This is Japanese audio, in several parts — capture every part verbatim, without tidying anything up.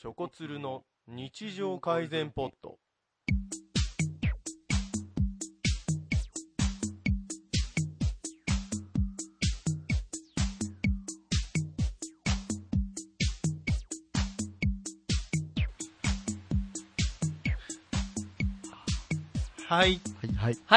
ショコツルの日常改善ポット。はいはいはいはい。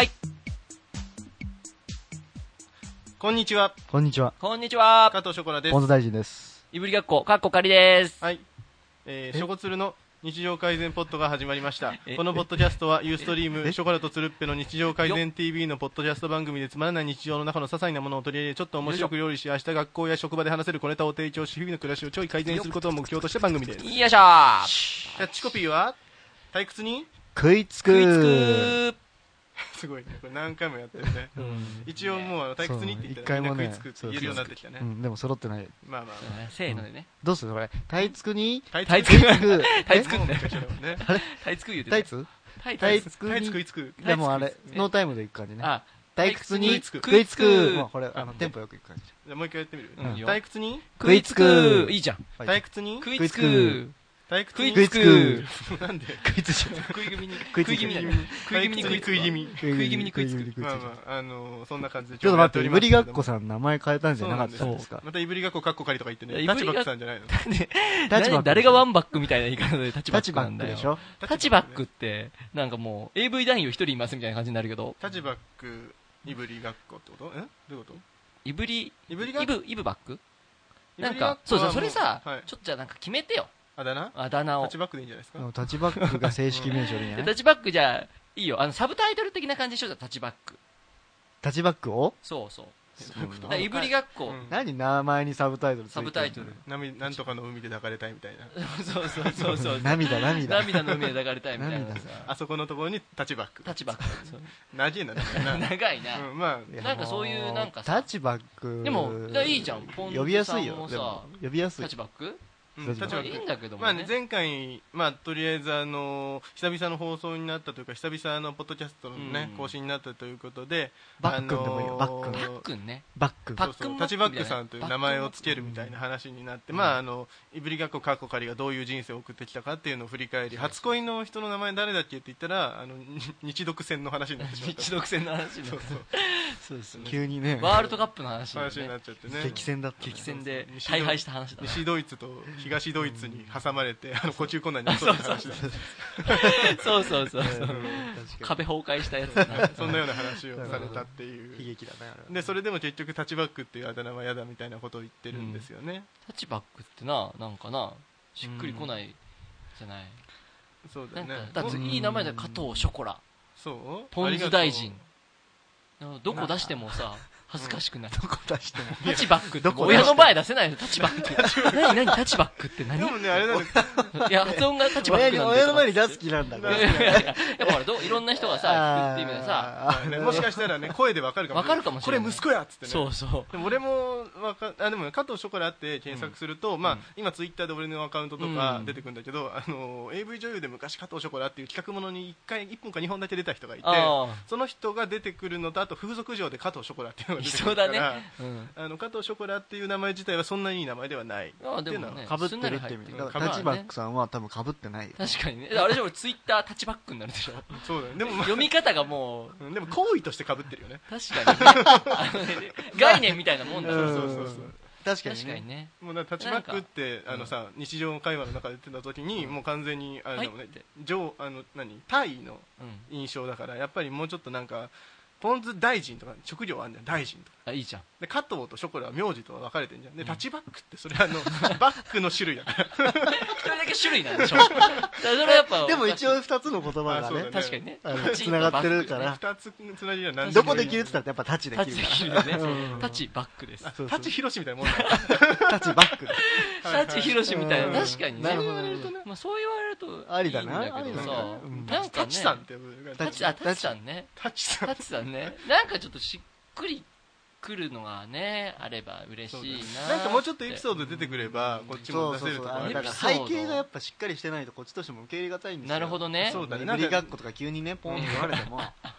こんにちは。 こんにちは。 こんにちは。 加藤ショコラです。 ポンズ大臣です。 いぶりがっこ、かっこかりです。 はい、えー、ショコツルの日常改善ポットが始まりました。 えこのポッドキャストはユーストリームショコラとつるっぺの日常改善 ティーブイ のポッドキャスト番組でつまらない日常の中の些細なものを取り入れちょっと面白く料理し、明日学校や職場で話せる小ネタを提供し、日々の暮らしをちょい改善することを目標とした番組です。 よいしょー。 キャッチコピーは退屈に食いつく食いつくすごいね、これ何回もやってるね、うん、一応もうあの退屈にって言ったらみんな食いつくって言えるようになってきたね。 うん、でも揃ってない。 まあまあまあ、 せーのでね、 うん、どうするこれ退屈に退屈退屈ねあれ退屈言うて退屈退屈退屈つくでもあれノータイムでいく感じね。 あ、 退屈に食いつく。 まあこれあのテンポよくいく感じ。 じゃもう一回やってみる。 退屈に食いつく。いいじゃん。 退屈に食いつく。 退屈に食いつく。 なんで食いつく。 食い気味に食い気味に食い気味に食い食い気味食い気味に食いつく。 まあまああのそんな感じで。 ちょっと待って、いぶりがっこさん名前変えたんじゃなかったですか。 またいぶりがっこかっこかりとか言ってね。タチバックさんじゃないの。 タチバック。誰がワンバックみたいな言い方でタチバックなんだよ。 タチバックでしょ。 タチバックってなんかもう エーブイ 男優一人いますみたいな感じになるけど。 タチバックいぶりがっこってこと？え？どういうこと？ いぶりいぶりがっイブイブバック？なんかそうそう、それさ、ちょっとじゃあなんか決めてよ。 あだ名？ あだ名を。 タチバックでいいんじゃないですか。 タチバックが正式名称でいいんじゃない？ タチバックじゃあいいよ。あのサブタイトル的な感じでしょ。タチバック。 タチバックを？ そうそう。いぶりがっこ。 何名前にサブタイトルついてるの？ サブタイトル。 なんとかの海で抱かれたいみたいな。 そうそうそうそう。 涙涙。 涙の海で抱かれたいみたいなさ。 あそこのところにタチバック。 タチバック。 長いな。 長いな。 まあなんかそういうなんかタチバック。 でもいいじゃん。 呼びやすいよ。呼びやすい。 タチバック？ うん、タチバックいいんだけども、 ね、まあ、前回、まあ、とりあえずあの久々の放送になったというか久々のポッドキャストの、ね、うん、更新になったということでバックンでもいいよ。バックン。 バックンね。 バックン。 そうそうタチバックさんという名前をつけるみたいな話になって、うん、まああのいぶりがっこかっこかりがどういう人生を送ってきたかっていうのを振り返り、初恋の人の名前誰だっけって言ったらあの日独戦の話になってしまった。 日独戦の話になって。 そうですね。急にね。 ワールドカップの話、 ね、話になっちゃってね。 激戦だった、ね。 激戦で大敗した話だ。 西ドイツと東ドイツに挟まれて、あの途中困難にそう話だ。 そうそうそうそう。壁崩壊したやつだな。 そんなような話をされたっていう。 悲劇だね。 でそれでも結局タチバックっていうあだ名は嫌だみたいなことを言ってるんですよね。 タチバックってな、なんかな、しっくりこないじゃない。 そうだね。 だっていい名前だよ。加藤ショコラ。 そう。 ポンズ大臣。どこ出してもさ。恥ずかしくない。 どこ出しても。 タチバックって親の前出せないの。タチバック。何何タチバックって何？ でもねあれなんだ。いや発音がタチバックなんだ。 親の前に出す気なんだ。 いやいややっぱほらどいろんな人がさ聞くって意味でさ。 もしかしたらね声でわかるかも。 わかるかもしれない。 これ息子やっつってね。 そうそう。 でも俺もわかあでも加藤ショコラって検索するとまあ今ツイッターで俺のアカウントとか出てくるんだけどあの エーブイ 女優で昔加藤ショコラっていう企画ものにいっかいいっぽんかにほんだけ出た人がいてその人が出てくるのとあと風俗嬢で加藤ショコラっていうのが出てくるから。うん、あの加藤ショコラっていう名前自体はそんなにいい名前ではない。 あでもね、 かぶってるって意味。タチバックさんは多分かぶってない。 確かにね。あれじゃ俺ツイッタータチバックになるでしょ。 そうだね。でも、まあ、 読み方がもう、でも行為としてかぶってるよね。 確かに、ね。概念みたいなもんだ。 そうそうそうそう。 確かにね。 確かにね。 もうタチバックってあのさ日常会話の中で言ってた時にもう完全にあれだもんね。上あの何タイの印象だからやっぱりもうちょっとなんか。ポンズ大臣とか職業あるじゃん大臣とかあいいじゃんで加藤とショコラは名字とは分かれてるじゃんで、うん、タチバックってそれあのバックの種類だから一人だけ種類なんでしょそれやっぱでも一応二つの言葉がねね確かにねつながってるから二つつなぎは何どこで切るって言ったらやっぱタチで切るからタチで切るねタチバックですタチヒロシみたいなもんだタチバックタチヒロシみたいな確かにねまあそう言われるとありだなありだなタチさんってタチあタチさんねタチさんタチさんねなんかちょっとしっくりくるのがねあれば嬉しいな。 なんかもうちょっとエピソード出てくればこっちも出せるとかあるから背景がやっぱしっかりしてないとこっちとしても受け入れがたいんですよ。 そうだね。 そうだね。いぶりがっことか急にねポンって言われても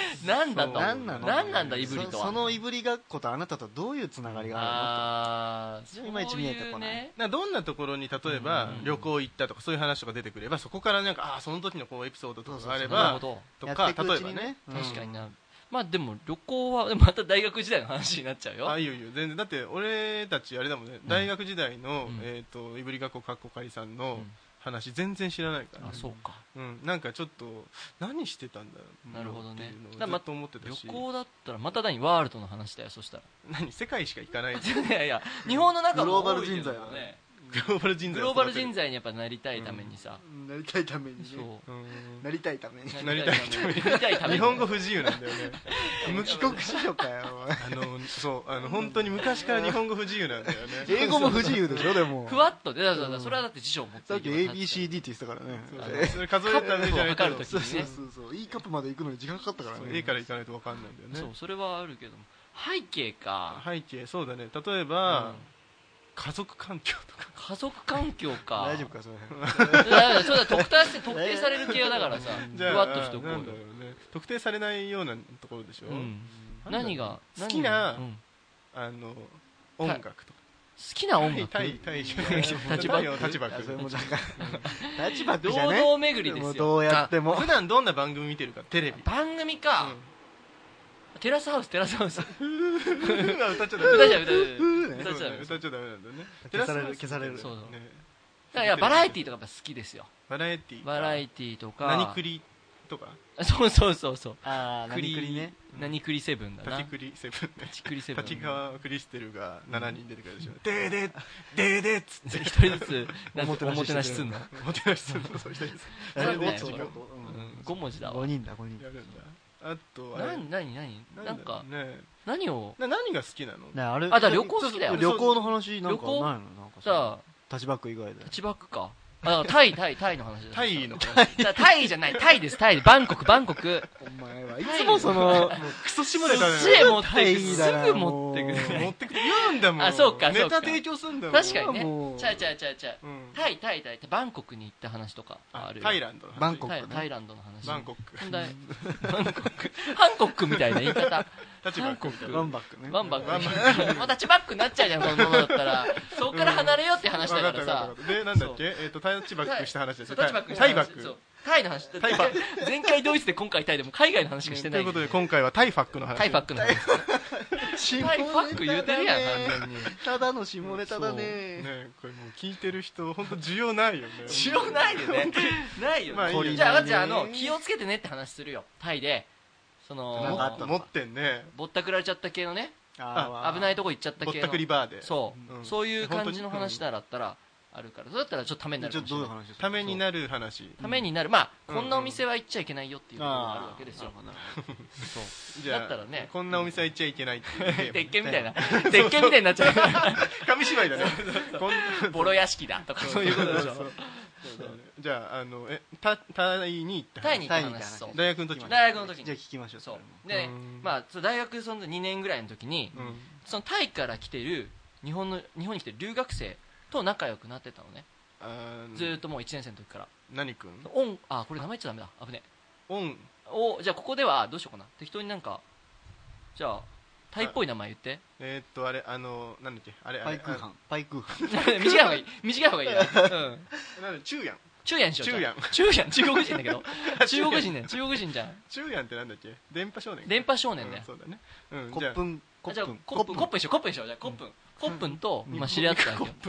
なんだとなんなのなんなんだいぶりとはそそのいぶりがっことあなたとどういうつながりがああーいまいち見えてこないそううねなんかどんなところに例えばうん旅行行ったとかそういう話とか出てくればそこからなんかああその時のこうエピソードとかがあればなるほどのとかやっていくうちに例えばねうん確かになまあでも旅行はまた大学時代の話になっちゃうよあいいよいいよ全然だって俺たちあれだもんね大学時代のうんえっといぶりがっこかっこかりさんうのん話全然知らないからあそうかうんなんかちょっと何してたんだろうなるほどねっていうのをだからまずっと思ってた旅し行だったらまた何ワールドの話だよそしたら何世界しか行かないいやいや日本の中もグローバル多いけど人材だねねグローバル人材グローバル人材にやっぱなりたいためにさなりたいためにねそううんなりたいためになりたいためになりたいために日本語不自由なんだよね無帰国子女かよお前あのそうあの本当に昔から日本語不自由なんだよね英語も不自由でしょでもふわっとでだからそれはだって辞書を持ってさっきいけばエービーシーディー って言ってたからねそうそれ数えた上じゃないと測る時そうそうにねそうそう E カップまで行くのに時間かかったからそうね A から行かないと分かんないんだよねそうそれはあるけども背景か背景そうだね例えうばん家族環境とか家族環境か大丈夫かそれいやいやそうだ特定して特定される系だからさふじゃあわっとしておこうよなんだろうね特定されないようなところでしょうんなんだろう何が好きな何がうんあの音楽とか好きな音楽タイタイタイタチバックタチバッいやそれクもだから立場って堂じゃね 々巡りですよもうどうやっても普段どんな番組見てるかテレビ番組かテラスハウステラスハウスうん歌っちゃダメ歌っちゃう歌っちゃうね歌っちゃう歌っちゃダメなんだね消される消されるそうそうねだからいやバラエティーとかやっぱ好きですよバラエティーバラエティーとか何クリとかそうそうそうそうああ何栗ね何クリセブンだな立ちクリセブンね立ちクリセブン立川クリステルがしちにん出てくるでしょでーでーでーでーっつって一人ずつなんておもおもてなしてなしすんのもてなしするのそう一人ですあれそうねおっとおっとうんご文字だわごにんだごにんやるんだあとあれ何何何なだなんんかね何をな何が好きなのねあれあだから旅行好きだよ旅行の話なんかない旅行のなんかじゃあタッチバック以外でタッチバックかあだからタイタイタイの話だタイのじゃあタイじゃないタイですタイでバンコクバンコクお前はいつもそのクソ下ネタだそっちへよ持ってくタイだなすぐ持ってくも持ってくて言うんだもんあそうかそうかネタ提供すんだもん確かにもうねちゃうちゃうちゃうちゃううんタイタイタイバンコクに行った話とかあるよあタイランドの話バンコクタイタイランドの話バンコクほんでバンコクハンコックみたいな言い方立場コクワンバックねバンバックバンバまたタッチバックになっちゃうじゃんこのままだったらそっから離れようって話だからさでなんだっけえっとタッチバックした話ですよそうタッチバックタイバックそうタイの話タイバック前回ドイツで今回タイでも海外の話しかしてないということで今回はタイファックの話タイファックの話下タイファック言うてるやん完全にただの下ネタだねねこれもう聞いてる人本当需要ないよね需要ないよねないよね、 まあいいよじゃあじゃああの気をつけてねって話するよタイでそなんかあったの持ってんねぼったくられちゃった系のねあ危ないとこ行っちゃった系のぼったくりバーでそう、 うんそういう感じの話ならったらあるからそうだったらちょっとためになるちょっとかもしれないどういう話ですかためになる話ためになるまあ、 うんこんなお店は行っちゃいけないよっていうところがあるわけですよあーなるほどそうじゃあだったらねこんなお店は行っちゃいけないっていうテーマ鉄拳みたいな鉄拳みたいになっちゃう紙芝居だねこんボロ屋敷だとかそういうことでしょそうそうだねじゃああのえタタイに行った話タイに行ったタイに行った話話そう大学の時に大学の時にじゃあ聞きましょうそうれもでうんまあそう大学そのにねんぐらいの時にうんそのタイから来てる日本の日本に来てる留学生と仲良くなってたのねあーずーっともういちねん生の時から何君オンあこれ名前言っちゃダメだ危ねオンおじゃあここではどうしようかな適当になんかじゃあタイっぽい名前言ってえーっとあれあのなんだっけあれあれパイクーハンパイクーハン短い方がいい短い方がいいなうんあなんだ中やん中やんしよう中やんじゃあ中やん中国人だけど中国人ね中国人じゃん中やんってなんだっけ電波少年電波少年だようんそうだねうんコじゃあップンコあじゃあップンコップンコップンにしようコップンにしようじゃあコップンコップンとまあ知り合ったわけよ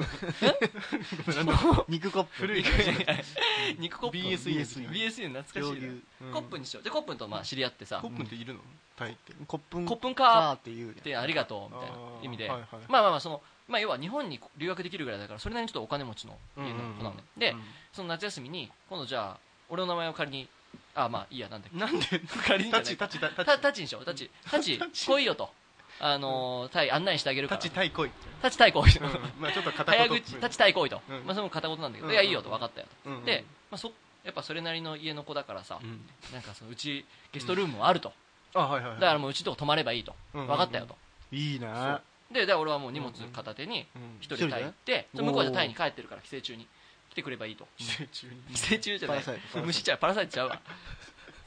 肉コップ古い肉コップンビーエスイービーエスイー 懐かしいな恐竜うんコップンにしようじゃあコップンとまあ知り合ってさコップンっているのタイってコップンコップンカかーっていうでありがとうみたいな意味であーはいはいまあまあまあそのまあ要は日本に留学できるぐらいだからそれなりにちょっとお金持ちの家の子なのねでその夏休みに今度じゃあ俺の名前を仮にあまあいいやなんだっけなんで仮にじゃないタチタチタたチタチにしようタチタチ来いよとあのータイ案内してあげるかタらチタイ来いタチタイ来いとうんまあちょっと片早言口タチタイ来いとうんまあそれも片言なんだけどうんいやいいよと分かったようんうんとでまあそやっぱそれなりの家の子だからさうんなんかそのうちゲストルームもあるとあはいはいはいだからもううちとこ泊まればいいとうん分かったよといいなでで俺はもう荷物片手にうん一人でタイ行って一人でその向こうでタイに帰ってるから帰省中に来てくればいいと寄生虫に寄生虫じゃないパラサイト虫ちゃうパラサイトちゃうわ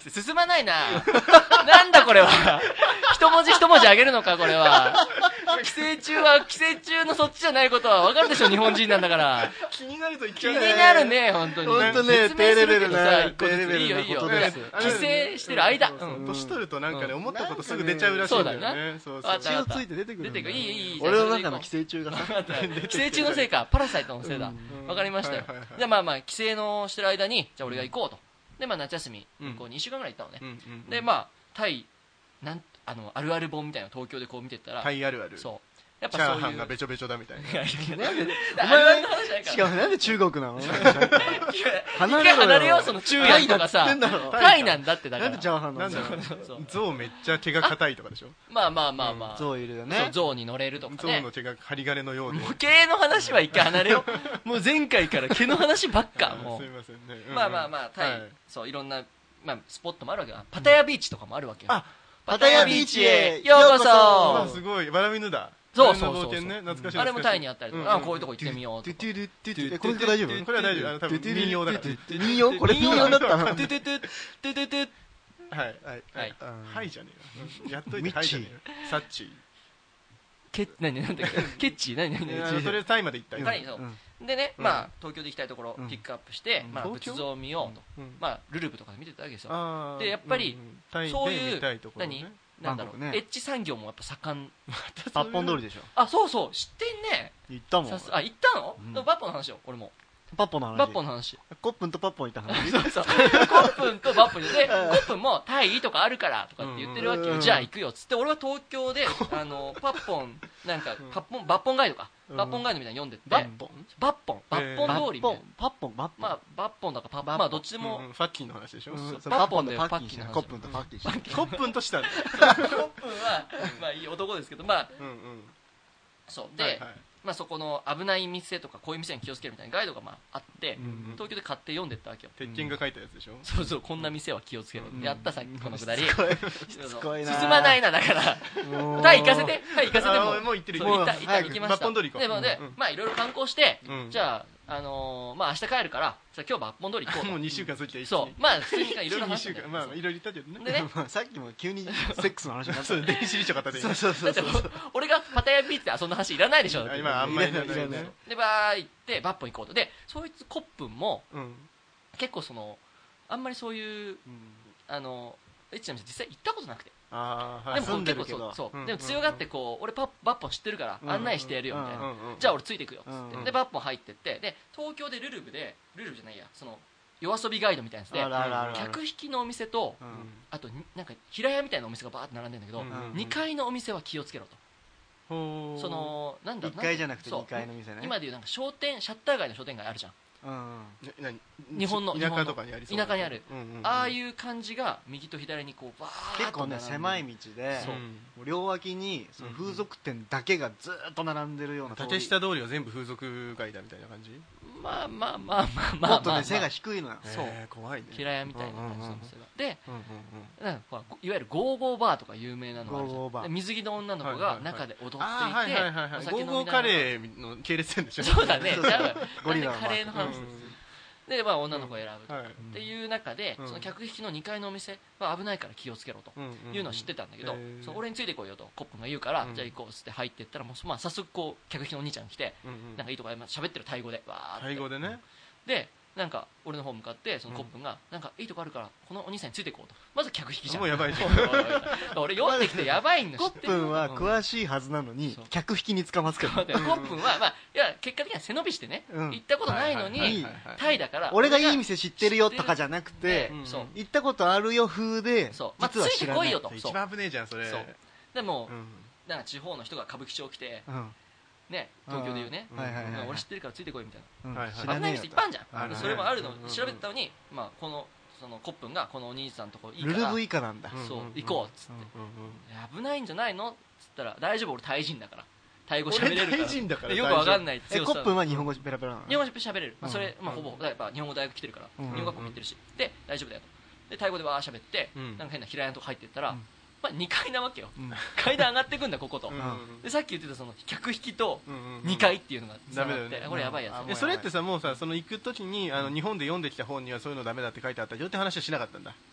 進まないななんだこれは一文字一文字上げるのかこれは寄生虫は寄生虫のそっちじゃないことは分かるでしょ日本人なんだから気になると言っ気ちゃうになるね本当に本当ね説明するけどさ低レベルな一個ずつ低レベルないいよいいよことです寄生してる間、 そうそううん年取るとなんかねうん思ったことすぐ出ちゃうらしいんだよそうだねそうそうあった血をついて出てくるんだ出てくるいいいいいい俺の中の寄生虫がさ寄生虫のせいかパラサイトのせいだうんわかりましたよはいはいはいじゃあまあまあ帰省のしてる間にじゃあ俺が行こうとでまあ夏休みうんこうにしゅうかんぐらい行ったのねうんうんでまあタイなんあのあるある本みたいなの東京でこう見てったらタイあるあるそうやっぱチャそういうーハンがべちょべちょだみたいな。 いやいやなんであるあるの話じゃないからしかもなんで中国なの一回離れろよ離れようその昼夜とかさタイだっつってんだろタイなんだってだかなんらでチャーハンななんんだだよろうそう象めっちゃ毛が硬いとかでしょまあまあまあまあ象いるよそうね象に乗れるとかね象の毛が針金のようでもう毛の話は一回離れようもう前回から毛の話ばっかもすいうませんねうんまあまあまあタイ、 はいそういろんな、まあ、スポットもあるわけだパタヤビーチとかもあるわけよ、 あパタヤビーチへようこそあすごいバラミヌだそうそうそうバラミヌの冒険ね懐かしいあれもタイにあったりとか、 うんあこういうとこ行ってみようとかトゥトゥルトゥトゥえこれ大丈夫これは大丈夫あの多分民謡だから民謡これ民謡だったのトゥトゥトゥトゥトゥトゥはいはいはいはいじゃねえよやっといてはいじゃねえよサッチケ何なんだっけケッチ何何ー何とりあえずタイまで行ったよタイそううんでね、 うんまあ東京で行きたいところうんピックアップして、まあ東京仏像を見ようと、 うんまあルルブとかで見てたわけですよあーでやっぱりうんうんタイそういうで見たいところね何なんだろう、 バンコクねエッジ産業もやっぱ盛ん八本通りでしょあそうそう知ってんね行ったもんさすあ行ったの、 うんでもバッポの話よ俺もパッポの話バッポの話コップンとパッポン行った話そうそうコップンとバッポンでコップンもタイとかあるからとかって言ってるわけよ、 うんじゃあ行くよっつって俺は東京であのパッポンなんかパッポンバッポンガイドか、 うんバッポンガイドみたいなの読んでってバッポンバッポンバッポン通りみたいな、 パッポンパッポンまあバッポンだかパッバッポンまあどっちでも、 うんうんファッキーの話でしょうんそうそうパッポンでパッパッキーの話コップンとパッキーしてコップンとしたんだコップンはまあいい男ですけどまあうんうんそうで、 はいはいまあ、そこの危ない店とかこういう店に気をつけるみたいなガイドがまああって、 うんうん東京で買って読んでったわけよ鉄拳が書いたやつでしょそうそうこんな店は気をつけろ、 うんやったさっきこのくだりしつこいそうつこいな進まないなだからもうタイ行かせてタイ行かせてあもーもう行ってるそう行ってる行った行った早く行きました抜本通り行こうでもでうんうんまあいろいろ観光して、 うんじゃああのーまあ明日帰るからじゃあ今日抜本通り行こうともうにしゅうかん過ぎて一気にそうまあ普通にいろいろにしゅう話してかんまあいろいろ言ったけどねでねまあさっきも急にセックスの話になったそう電子辞書片手にそうそうそだってうそう俺がパタヤビーチで遊んだ話いらないでしょだって今あんまりいらないいらないねでバー行ってバッポン行こうとでそいつコップンもうん結構そのあんまりそういうあのエッチな店実際行ったことなくてああはいでもこう住んで結るけど構そうそう、 うんでも強がってこう俺パッバッポン知ってるからうん案内してやるよみたいな、 うんうんうんじゃあ俺ついていくよっつって、 うんでバッポン入ってってで東京でルルブでルルブじゃないやその夜遊びガイドみたいなやつであるあるあるある客引きのお店とうんあとになんか平屋みたいなお店がバーって並んでるんだけど、 うんうんうんにかいのお店は気をつけろと、 ほうそのなんだいっかいじゃなくてそうにかいの店ね今でいうなんか商店シャッター街の商店街あるじゃんうんね何日本の田舎とかにありそうな田舎にあるうんうんうんああいう感じが右と左にこうバーッと結構ね並んで狭い道でそうもう両脇にその風俗店だけがずーっと並んでるような通り竹下通りは全部風俗街だみたいな感じまあまあまあまあまあまあもっとね背が低いのよそうへー怖いね平屋みたいな感じの店がでうんうんうんなんかほらいわゆるゴーゴーバーとか有名なのがあるじゃんゴーゴーバーで水着の女の子が中で踊っていて、 あーはいはいはいはいお酒ゴーゴー飲みながらカレーの系列店でしょそうだねそうそうじゃあゴリラのなんでカレーの話です、でまあ女の子を選ぶ、 はいっていう中で、 うんその客引きのにかいのお店は危ないから気をつけろとうんうんいうのは知ってたんだけど、 へーその俺についてこいよとコップが言うから、 うんじゃあ行こうっつって入っていったらもう、まあ、早速こう客引きのお兄ちゃんが来て、 うんうんなんかいいとこ喋ってるタイ語でわーってタイ語でねでなんか俺の方向かってそのコップが、なんかいいとこあるからこのお兄さんについていこうとまず客引きじゃんもうやばいじゃんおいおいおい俺読んできてやばいんだコップンはい詳しいはずなのにそう客引きに捕まつけるコップンは、まあ、いや結果的には背伸びしてね、 うん行ったことないのに、 はいはいはいはいタイだから俺がいい店知ってるよとかじゃなくてうんそう行ったことあるよ風でそうまあ実は知らないついてこいよと一番危ねえじゃんそれそうでも、 うんなんか地方の人が歌舞伎町来てうんね東京でいうね、 はいはいはいはい俺知ってるからついてこいみたいうんはいはいな危ない知らねえよ店いっぱいあるじゃん、 あるねでそれもあるのうんうんうん調べてたのに、まあ、このそのコップンがこのお兄さんとこいいからルルブ以下なんだうんそう行こうっつって、 うんうん危ないんじゃないのっつったら大丈夫俺タイ人だからタイ語喋れるから俺タイ人だからでよくわかんないえコップンは日本語ペラペラなの日本語喋れる、まあ、それ、 うんまあ、ほぼやっぱ日本語大学来てるから、 うん日本学校も行ってるしで大丈夫だよとでタイ語でわー喋って、 うんなんか変な平屋のとこ入っていったら、 うんまあ、にかいなわけようん階段上がってくんだここと、 うんでさっき言ってたその客引きとうんうんにかいっていうのがダメだよねこれやばいやつ、 うんえそれってさもうさその行く時にあの日本で読んできた本にはそういうのダメだって書いてあったよって話はしなかったんだ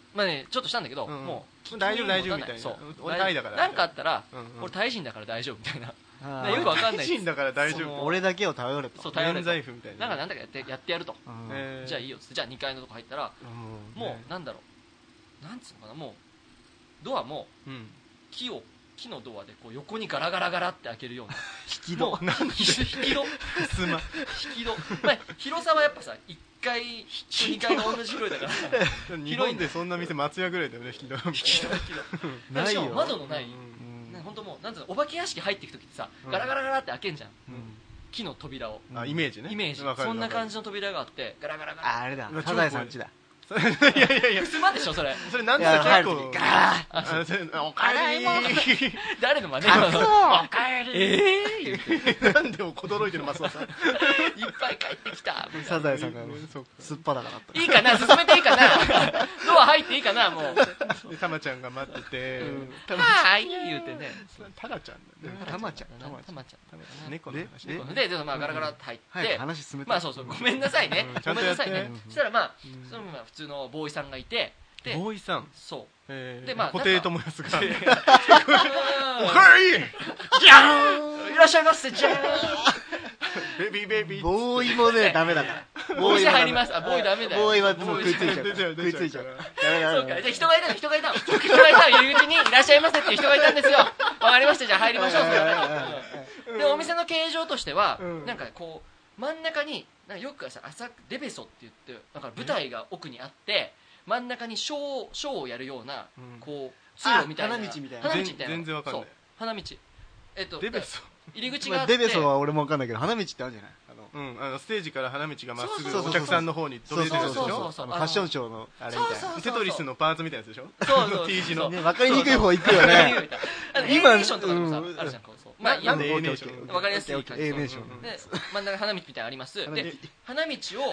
まあねちょっとしたんだけど、 うんうんもう大丈夫大丈夫みたいなそう俺タイだからなんかあったら、 うんうん俺タイ人だから大丈夫みたいなあねよくわかんないタイ人だから大丈その夫俺だけを頼れとそう頼れ免罪符みたいななんかなんだかやってやってやると、 うんえーじゃあいいよっつってじゃあにかいのとこ入ったらうんもうなんだろうなんつうのかなもうドアもうん木を木のドアでこう横にガラガラガラって開けるような引き戸もう引き戸すま引き戸まあ広さはやっぱさいっかいとにかいが同じ広いだから日本でそんな店松屋ぐらいだよね引き戸引き戸引き戸ないよしかも窓のない、 うんね、本当もうなんていうのお化け屋敷入っていく時ってさ、 うんガラガラガラって開けんじゃんうん木の扉をあイメージねイメージわかるそんな感じじの扉があってガラガラガラああれだうわサザエさんちだいやいやいやふすまでしょそれそれなんでいやさ結構入る時ガーあそれおかえり誰の真似カツオおかえりええー、言ってなんでもこどろいてるマスオさんいっぱい帰ってきたサザエさんがそうかすっぱだからったいいかな進めていいかなドア入っていいかなもうでたまちゃんが待っててたまはーい言うてねタラちゃんだよねたまちゃんたまちゃんたまちゃん猫の話でねででまあガラガラって入って、 早く話進めてまあそうそうごめんなさいね、 うんちゃごんとやってめんなさいね、そしたらまあ、 うんそのまあ普通のボーイさんがいてでボーイさんそうえーでまあ布袋寅泰がおおかえりじゃーんいらっしゃいませじゃーんベビーベビーボーイもねダメだからお店入りますあボーイダメだよボーイはもう食いついちゃう出ちゃう食いついちゃう出ダメだそうかダメじゃあ人がいたの人がいたの人がいたの入り口にいらっしゃいませっていう人がいたんですよわかりましたじゃあ入りましょうだでお店の形状としては、 うんなんかこう真ん中になんかよくさ朝デベソって言ってなんか舞台が奥にあって真ん中にショーショーをやるような、 うんこう通路みたいなあ花道みたいな花道みたいな全然わかんないそう花道えっとデベソ入り口があって、 デベソは俺も分かんないけど花道ってあるんじゃないあのうんあのステージから花道がまっすそうそうそうそうぐお客さんの方に飛び出てるやつでしそうそうょそうあのファッションショーのあれみたいそうそうなテトリスのパーツみたいなやつでしょそうそう T 字のね分かりにくい方行くよねあの A ネ今ーションとかでもさ、 うんあるじゃんこうそうまあいやなんで A ネーションわかりやすい感じ A ネーショうんンで真ん中に花道みたいなのあります花道で花道を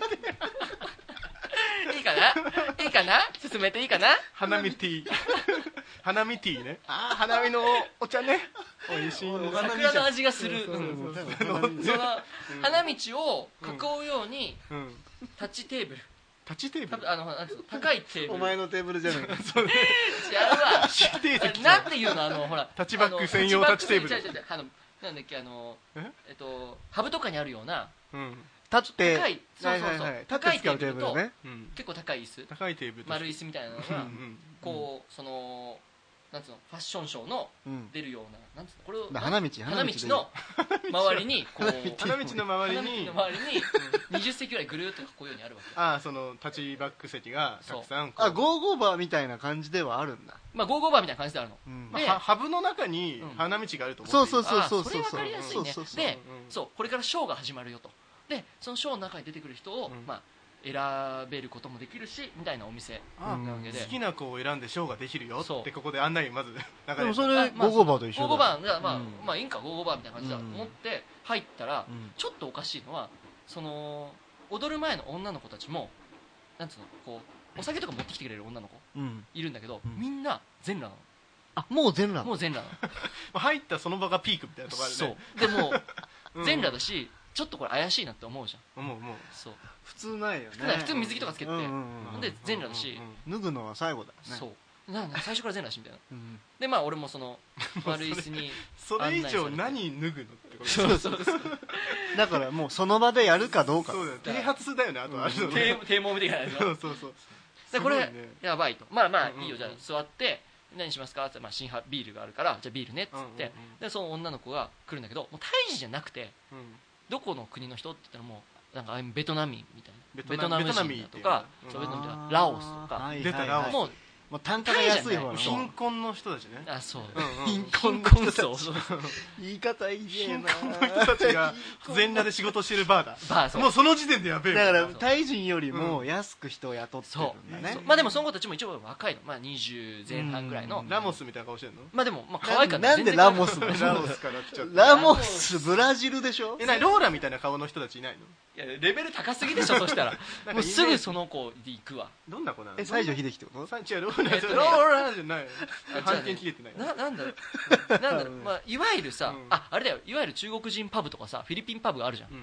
いいかないいかな進めていいかな花見ティー花見ティーねああ花見のお茶ね美味しいんです桜の味がするそうそううんそう花道その花道を囲うようにうんタッチテーブル立ちテーブル多分あのなんつうの高いテーブルお前のテーブルじゃないそうね違うわ指定席なんていうのあのほらタッチバック専用タッチテーブルあの違う違う違うあのなんだっけあのええっとハブとかにあるようなうん立って高いそうそうそうはいはいはい立高いって使うテーブルねうん結構高い椅子高いテーブル丸椅子みたいなのうんうがんこうそのなんつうのファッションショーのうん出るようななんつうのこれをだ花道花道での周りにこう花道の周り花道にの周りににじゅっ席ぐらいぐるーっと囲うようにあるわけああそのタッチバック席がたくさんこうあゴーゴーバーみたいな感じではあるんだまあゴーゴーバーみたいな感じであるのうんでまあはハブの中にうん花道があると思そうっていいそうそうそうそうあそれ分かりやすいねそうそうそうでうんそうこれからショーが始まるよとでそのショーの中に出てくる人をうんまあ選べることもできるしみたいなお店あなわけで好きな子を選んでショーができるよそうってここで案内まず流れでもそれあまあゴーゴーバーと一緒だゴーゴーバーがまあうんまあいいんかゴーゴーバーみたいな感じだと思って入ったらうんちょっとおかしいのはその踊る前の女の子たちもなんつうのこうお酒とか持ってきてくれる女の子うんいるんだけどうんみんな全裸なあもう全裸のもう全裸なまあ入ったその場がピークみたいなとこあのるねそうでもうん全裸だしちょっとこれ怪しいなって思うじゃんもうもうそう普通ないよね普通ない普通水着とかつけてうんうんほんで全裸だし脱ぐのは最後だよねそうなんか最初から全裸だしみたいなうんでまあ俺もその丸椅子にそれ以上何脱ぐのってことそうそうそうだからもうその場でやるかどうかそうだよ啓発だよねあとあるの低ね低毛みたいなやつそうそうそうでこれすごいねやばいとまあまあうんうんいいよじゃあ座って何しますかってまあ新派ビールがあるからじゃあビールねっつってうんうんうんでその女の子が来るんだけどもうタイ人じゃなくてうんどこの国の人って言ったらもうなんかあベトナミンみたいなベトナベトナムベトナミン人だとかっていうそうベトナム人あーだラオスとかはい出たラオスもうもう単価が安い方なのそう貧困の人たちねあそううんうん貧困の貧人たち困層そう言い方いい貧ね困の人たちが全裸で仕事してるバーだバーそうもうその時点でやべえだからそうタイ人よりも安く人を雇ってるんだねそうまあでもその子たちも一応若いのまあにじゅう前半ぐらいのうんラモスみたいな顔してんのまあでもまあ可愛かったなんでラモスなのラモスから来ちゃったラモスブラジルでしょえなにローラみたいな顔の人たちいないのいやレベル高すぎでしょそしたらなんかもうすぐその子で行くわどんな子なのえ西城秀樹ってことさ違うローラえっとねローラじゃないあ半径切れてないななんだろうなんだろう、まあ、いわゆるさ、 うんああれだよいわゆる中国人パブとかさフィリピンパブがあるじゃんうん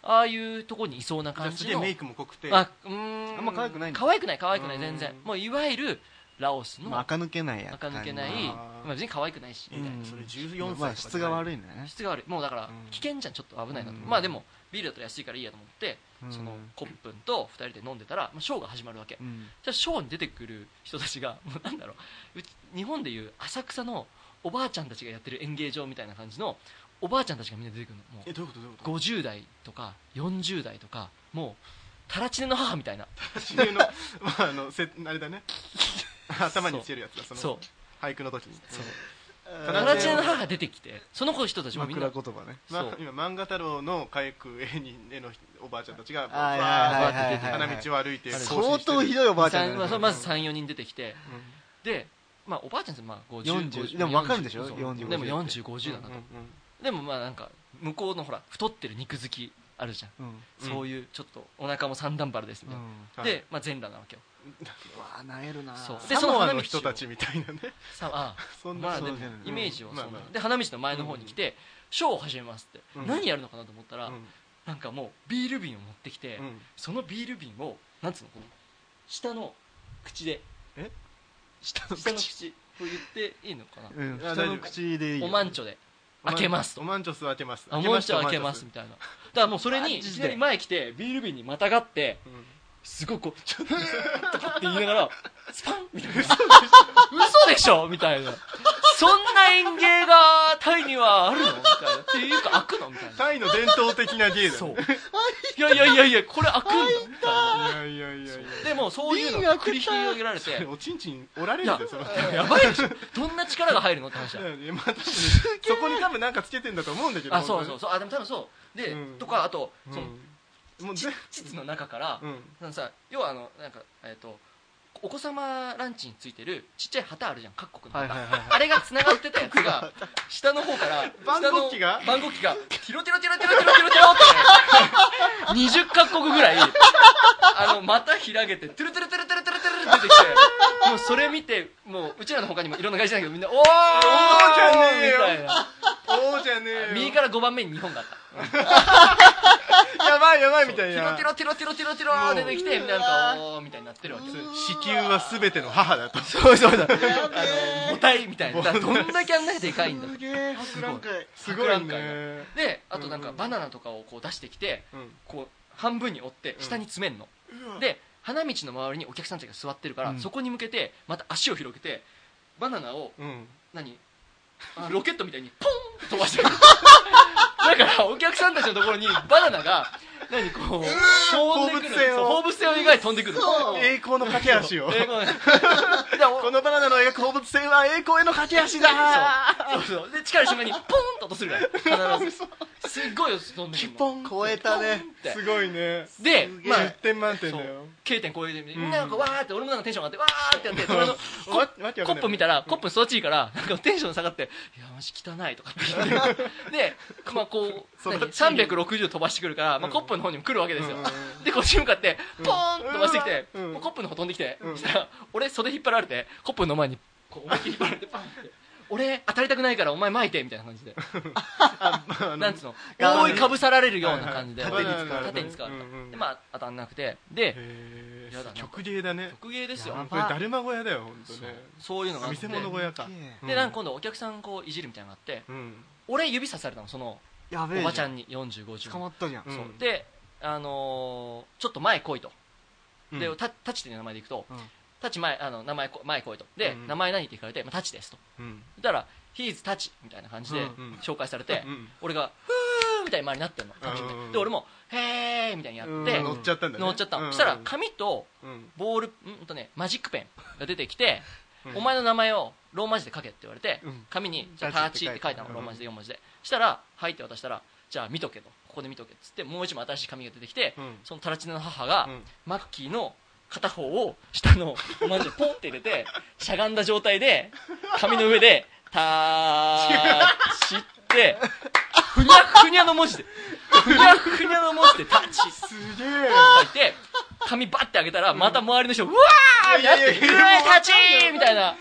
ああいうところにいそうな感じのすげえメイクも濃くてあうーんあんま可愛くないんだ可愛くない可愛くない全うん然もういわゆるラオスのまあ垢抜けないやつ垢抜けない、 あーまあ、別に可愛くないしみたいな、 うんそれじゅうよんさいとかまあ質が悪いんだよね質が悪いもうだからうん危険じゃんちょっと危ないなと、 うんまあでもビールだったら安いからいいやと思って、 うんそのコップンとふたりで飲んでたら、まあ、ショーが始まるわけ、 うんじゃあショーに出てくる人たちがもうなんだろううち日本でいう浅草のおばあちゃんたちがやってる演芸場みたいな感じのおばあちゃんたちがみんな出てくるのもうえどういうことどういうことごじゅう代とかよんじゅう代とかもうタラチネの母みたいな私のまああのせあれだね頭につけるやつだそのそう俳句の時にそうタタラチネの母が出てきてその子人たちもみんな枕言葉ねそうま、今漫画太郎の描く絵に絵のおばあちゃんたちがはいわはいーはいはい花道を歩いてあれ相当ひどいおばあちゃんだよねさんまあまずさんよにん出てきてうで、まあ、おばあちゃんってまあごじゅう、 よんじゅうごじゅうでも分かるでしょそうよんじゅうでもごじゅうよんじゅう、ごじゅうだなと、 んうんでもまあなんか向こうのほら太ってる肉好きあるじゃん、 うんうんそういうちょっとお腹も三段腹ですみたいな、 はいで、まあ、全裸なわけようわなえるなそうでサモアでその花道をの人たちみたいなねさあそんなまあでもそうじゃないイメージをそんな、 まあまあで花道の前の方に来て、ショーを始めますって、 うん何やるのかなと思ったら、 うんなんかもうビール瓶を持ってきて、 うんそのビール瓶をなんつうのこの下の口でえ下の口これ言っていいのかな、 うんあ下の口でいいよおまんちょで開けますとおまんちょす開けますあおまんちょ開けますみたいなだからもうそれにいマジできなり前来てビール瓶にまたがってうんすごいこうちょっととかって言いながらスパンみたいな嘘でしょみたいなそんな演芸がタイにはあるのみたいなっていうか開くのみたいなタイの伝統的な芸だそうねいやいやいやいやこれ開くんだみたいいやいやいやいやなでもそういうのが繰り広げられておちんちん折られいやるんだよそのやばいでしょどんな力が入るのって話だいやまあ確かにそこに多分なんかつけてんだと思うんだけどあそうそうそうあでも多分そうで、 うんとかあとうんそのもうぜ膣の中から、 うんそのさ要はあのなんかえっ、とお子様ランチについてるちっちゃい旗あるじゃん各国の旗、 はいはいはいあれが繋がってたやつが下の方から番号機が下の番号機がティロティロティロティロティロティロティロってにじゅっカ国ぐらいあの股開けてトゥルトゥルトゥルトゥルトゥルトゥルって出てきてもうそれ見てもううちらの他にもいろんな会社だけどみんなおーじゃねえよみたいなおーじゃねえよ右からごばんめに日本があったやばいやばいみたいなティロティロティロティロティロティロ出てきてなんかおーみたいになってるわけ子宮は全ての母だとそうそうだあの母体みたいなだからどんだけあんなにでかいんだとすげえ博覧会すごい博覧会ねであとなんうんかバナナとかをこう出してきてうんこう半分に折って下に詰めんの、で花道の周りにお客さんたちが座ってるから、 うんそこに向けてまた足を広げてバナナをうん何あロケットみたいにポンって飛ばしてるだからお客さんたちのところにバナナが何こう飛んでくる放物線をそう放物線を描いて飛んでくる栄光の駆け足を英語ででおこのバナナの描く放物線は栄光への駆け足だそうそうで力瞬間にポンと落とするから必ずすっごい飛んでくるのポン超えたねってすごいねで、まあじゅってん満点だよ K 点超えてみうんんななんかわーって俺もなんかテンション上がってわーってやって隣のコわわけわかんないコップ見たらコップ育ちいいからなんかテンション下がっていやマジ汚いとかって言ってでまあこう育ちいい何さんびゃくろくじゅう飛ばしてくるからまあコップの方にも来るわけですよでこっちに向かってポーンと飛ばしてきてうんもうコップの方飛んできてうんそしたら俺袖引っ張られてコップの前にこう思いっきり引っ張られてパンって俺当たりたくないからお前巻いてみたいな感じであのなんつうの側に覆いかぶさられるような感じではいはい縦に使う縦に使ううんうんでまあ当たんなくてでへやだなー曲芸だね曲芸ですよやばこれだるま小屋だよ本当そうねそういうのがあって見せ物小屋かでなんか今度お客さんこういじるみたいなのがあってうん俺指さされたのそのやべえおばちゃんによんじゅうごじゅう捕まったじゃんうんそうであのーちょっと前来いとうんでタタチっていう名前でいくとうんタチ前あの名前こ前来いとでうん名前何って聞かれてまあタチですとうんそしたら「He's タチ」みたいな感じでうん紹介されてうん俺が「ふー」みたいな周りになってんのタチみたいうんなで俺も「へー」みたいにやって乗っちゃったんだね乗っちゃったうんのそしたら紙とうんボールんとねマジックペンが出てきてうんお前の名前をローマ字で書けって言われてうん紙に「じゃあタタチっ書いたチってて書いたのローマ字でよん文字でしたら「はい」って渡したら「じゃあ見とけ」と「ここで見とけ」っつってもう一枚新しい紙が出てきてうんそのタラチネの母がうんマッキーの片方を下のローマ字でポンって入れてしゃがんだ状態で紙の上で「タチ」ってふにゃふにゃの文字でふにゃふにゃの文字で「タチ」 すげえ書いて紙バッて開けたらまた周りの人うわーってなって「うわータチー!」みたいな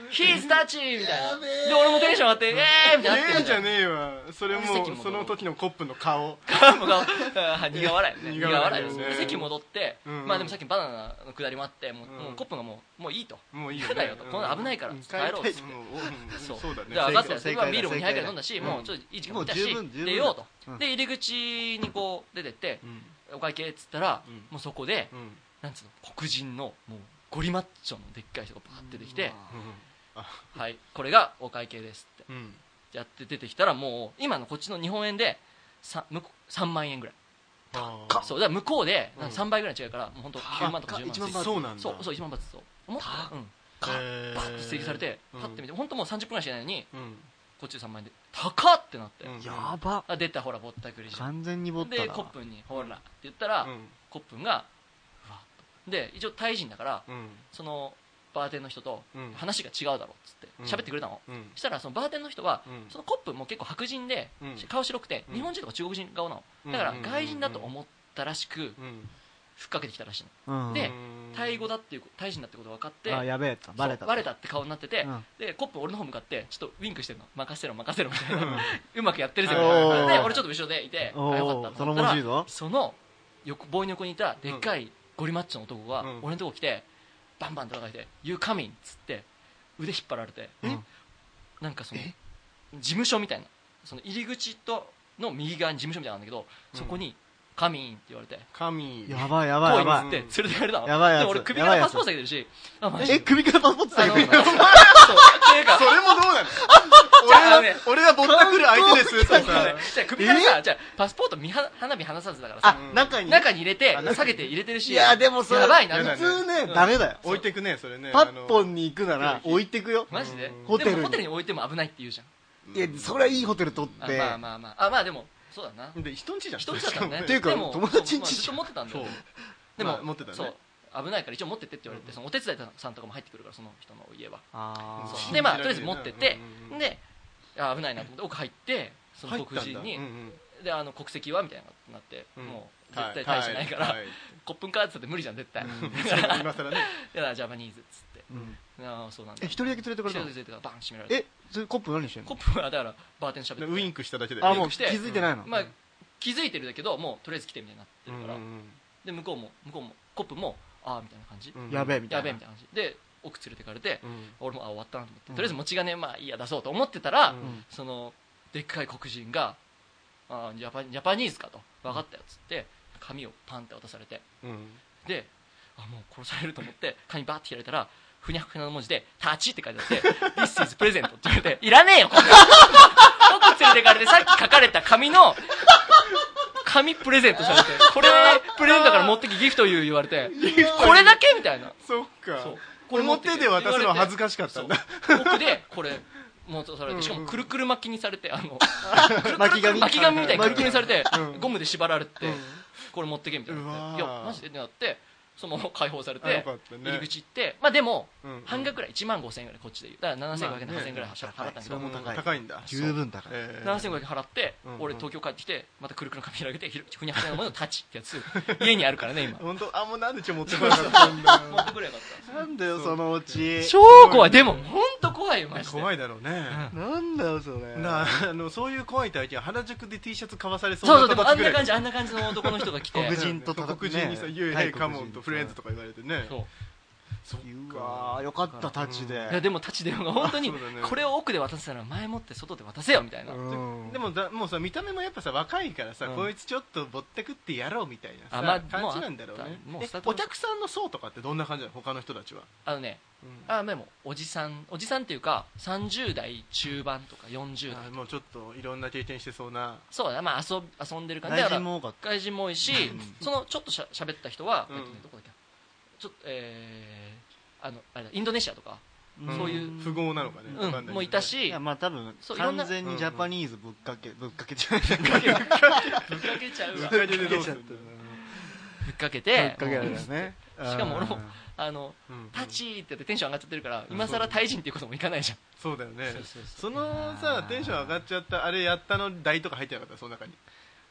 ヒーズタッチみたいなで俺もテンション上がってえーみたいなええんじゃねえわそれもその時のコップの顔顔が苦笑いね苦笑いですね席戻ってうんうんまあでもさっきバナナのくだりもあってもううんもうコップがもうもういいともういいよ嫌だよとこんなの危ないからうん帰ろうっつってうんそうそうだねで上がって正解まあビールもにはいぐ正解らい飲んだしうんもうちょっといい時間見たしもう十分十分出ようとうんで入り口にこう出てってうんお会計っつったらうんもうそこでうんなんつうの黒人のもうゴリマッチョのでっかい人がバーって出てきてはいこれがお会計ですってうんやって出てきたらもう今のこっちの日本円で さ, 向こうさんまん円ぐらいあそうだから向こうでうんさんばいぐらい違うからもう本当きゅうまんとかじゅうまん一万あそうなんだそうそういちまんバツそう思ったうんへーバッて指摘されてうんパッて見て本当もうさんじゅっぷんぐらいしかないのにうんこっちでさんまん円で高っってなってうんやばあ出たほらぼったくりじゃん完全にボッタだでコップンにほらって言ったらうんコップンがうわっとで一応タイ人だからうんそのバーテンの人とうん話が違うだろうっつってうん喋ってくれたのうんそしたらそのバーテンの人はうんそのコップンも結構白人でうん顔白くてうん日本人とか中国人顔なのうんだから外人だと思ったらしくうんふっかけてきたらしいうんでうんのタイ語だっていうタイ人だってこと分かってあやべえとバレたそうバレたって顔になっててうんでコップン俺の方向かってちょっとウィンクしてるの任せろ任せろみたいなうんうまくやってるぜみおーたいなで俺ちょっと後ろでいておーあよかったと頼思ったらもしいぞその横棒の横にいたでっかいゴリマッチョの男がうん俺のとこ来てバンバンと叩いて「You coming」っつって腕引っ張られてうんなんかその事務所みたいなその入り口との右側に事務所みたいなのがあるんだけどそこに「カミン」って言われて神やばいやばいやばい来いっつって連れてかれたのやばいやつでも俺首からパスポート下げてるしあマジえ首からパスポートあのそう下げてるっていうかそれもどうなのじゃああのね俺はぼったくる相手ですってさじゃあ首からさじゃあパスポート見は花火離さずだからさあ中に中に入れて下げて入れてるしいやでもそれやばいなやだ普通ねうんダメだよ置いてくねそれねパッポンに行くなら置いてくよマジでうんホテルにでもホテルに置いても危ないって言うじゃんいやそれはいいホテル取ってあまあまあまああまあでもそうだなで人んちじゃん一つだったらねっていうかでも友達んちそうまあずっと持ってたんだよそうでもまあ持ってたねそう危ないから一応持ってってって言われてそのお手伝いさんとかも入ってくるからその人の家はあーそうでまあとりあえず持ってってうんうんうんであ危ないなと思って奥入ってその黒人に入ったんだうんうんであの国籍はみたいになってうんもう絶対大してないからはいはいコップンカードって無理じゃん絶対そう今更ねだからジャパニーズっつってうんああそうなんだえ一人だけ連れてかれたの一人で連れてからバン閉められてえそれコップ何してんのコップはだからバーテンしゃべってウインクしただけであもう気ウインクしてづいてないのまあ気づいてるんだけどもうとりあえず来てみたいになってるからうんうんで向こうも向こうもコップもああみたいな感じうんやべえみたいなやべえみたいな感じで奥連れてかれてうん俺もあ終わったなと思ってうんとりあえず持ち金まあいいや出そうと思ってたらうんそのでっかい黒人があジャパジャパニーズかと分かったよっつって紙をパンって渡されてうんであもう殺されると思って紙バーって開いたらふにゃふにゃの文字で「タチ」って書いてあって「This is present」って言われて「いらねえよこんなの奥連れてかれてさっき書かれた紙の紙プレゼントされてこれプレゼントだから持ってきギフト言う言われてこれだけみたいなそっかそう表で渡すのは恥ずかしかったんだそう奥でこれ持たされてしかもくるくる巻きにされてあの巻き紙巻き紙みたいにくるくるにされてうんゴムで縛られてうんこれ持ってけみたいなうわーいやマジでってなってそのまま解放されあよてかったね入り口行ってまあでもうん半額ぐらいいちまんごせんえんぐらいこっちで言うだからななせんごひゃくえんまあねはっせんえんぐらい払ったんだけどそれも高い高いんだ十分高いえーななせんごひゃくえん払ってうんうん俺東京帰ってきてまたくるくるの紙広げてひふにゃふにゃのもののタッチってやつ家にあるからね今本当あもうなんでちょ持ってこなかったんだ持ってくれよかっなんだよそのうちた超怖いでも本当怖いよマジで怖いだろうねなんだよそれなあのそういう怖い体験原宿で T シャツ買わされそうそうそうでもあな形ぐらんない感じあんな感じの男の人が来て黒人とそう黒人にさ「 ね You タ hey イ come 黒人 on と friends」とか言われてねそうそっうかわーよかったタッチでいやでもタッチでも本当にそうだねこれを奥で渡せたら前もって外で渡せよみたいなうんでもだもうさ見た目もやっぱさ若いからさ、 うんこいつちょっとぼったくってやろうみたいなさ、 あまあ感じなんだろうねえもうスタートお客さんの層とかってどんな感じなの他の人たちは、 あのねうんあでもおじさんおじさんっていうかさんじゅう代中盤とかよんじゅう代あもうちょっといろんな経験してそうなそうだねまあ遊遊んでる感じ外だから人も多かった外人も多いしうんそのちょっとしゃ喋った人は、 うんえっとね、どこだっけちょっとえーあのあれだインドネシアとかんそういう富豪なのかね、 うんわかんないけどねもういたしいやまあ多分そういろんな完全にジャパニーズぶっかけぶっかけちゃうぶっかけぶっかけちゃうわぶっかけでどうするんだぶっかけぶってかけられもうたねしかも俺もうんあのうんタチーってやってテンション上がっちゃってるから今更タイ人っていうこともいかないじゃんそうだよねそうそうそそのさテンション上がっちゃったあれやったの台とか入ってなかったその中に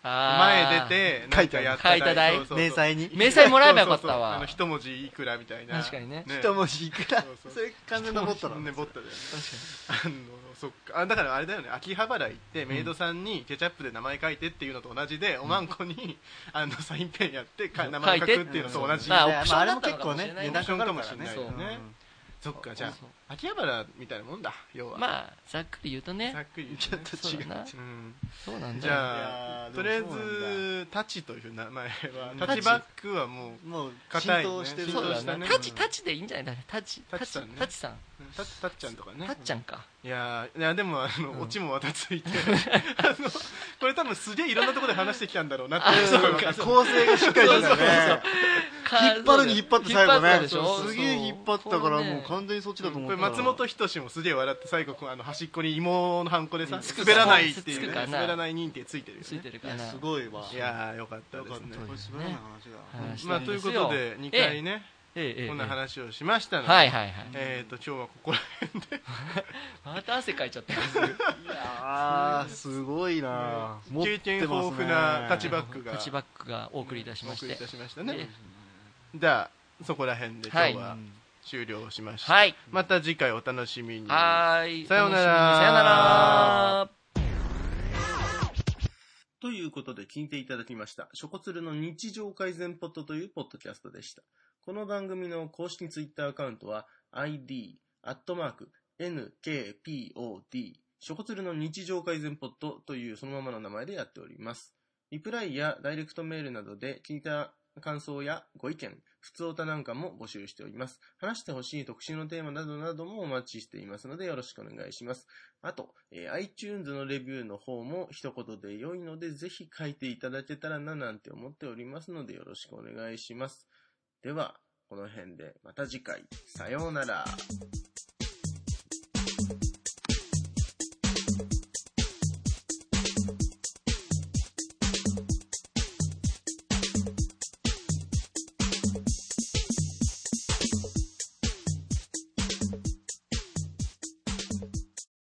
前出てなんかやった書いた代そうそうそう明細に明細もらえばよかったそうそうそうあわの一文字いくらみたいな確かにね一文字いくらそうそうそれ完全なボットだねボットだよね確かにあのそっかあだからあれだよね秋葉原行ってメイドさんにケチャップで名前書いてっていうのと同じで、うん、おまんこにあのサインペンやってか名前書くっていうのと同じ、 まあ、 まあ、 オプションあれだったのかも結構ねもしれない値段かかるかもしれないからねよねそっかじゃあ秋葉原みたいなもんだ要はまあざっくり言うとねざっくり言うちょっと違うそうだなうんそうなんだじよゃあとりあえずタチという名前はうんタチバックはもうもう硬いね浸透してるそうだ浸透したねねタチタチでいいんじゃないタチタチさんねタチさんタタッちゃんとかねタッちゃんかいやいやでもあの、 うんオチもまたついてあのこれ多分すげえいろんなところで話してきたんだろうなっていうのが分かる構成がしっかりしてたね引っ張るに引っ張って最後ねでしょすげえ引っ張ったからもうこ完全にそっちだと思これったら松本人志もすげえ笑って最後あの端っこに芋のハンコでさつく滑らないっていうねつくかな滑らない認定ついてるよついてねるかなすごいわいやーよかったですねこれ滑らない話だ話しまあということでにかいねええええこんな話をしましたのではいはいはいえっと今日はここら辺でまた汗かいちゃったいやーすごいな持って経ますね験豊富なタッチバックがタッチバックがお送りいたしましてお送りいたしましたねえじゃあそこら辺で今日は終了しましたはいまた次回お楽しみにはーいさようなら楽しみにさようならということで聞いていただきましたショコツルの日常改善ポッドというポッドキャストでした。この番組の公式ツイッターアカウントは アイディー アットマーク エヌケーピーオーディー ショコツルの日常改善ポッドというそのままの名前でやっております。リプライやダイレクトメールなどで聞いた感想やご意見、普通歌なんかも募集しております。話してほしい特集のテーマなどなどもお待ちしていますのでよろしくお願いします。あと、えー、iTunes のレビューの方も一言で良いのでぜひ書いていただけたらななんて思っておりますのでよろしくお願いします。では、この辺でまた次回。さようなら。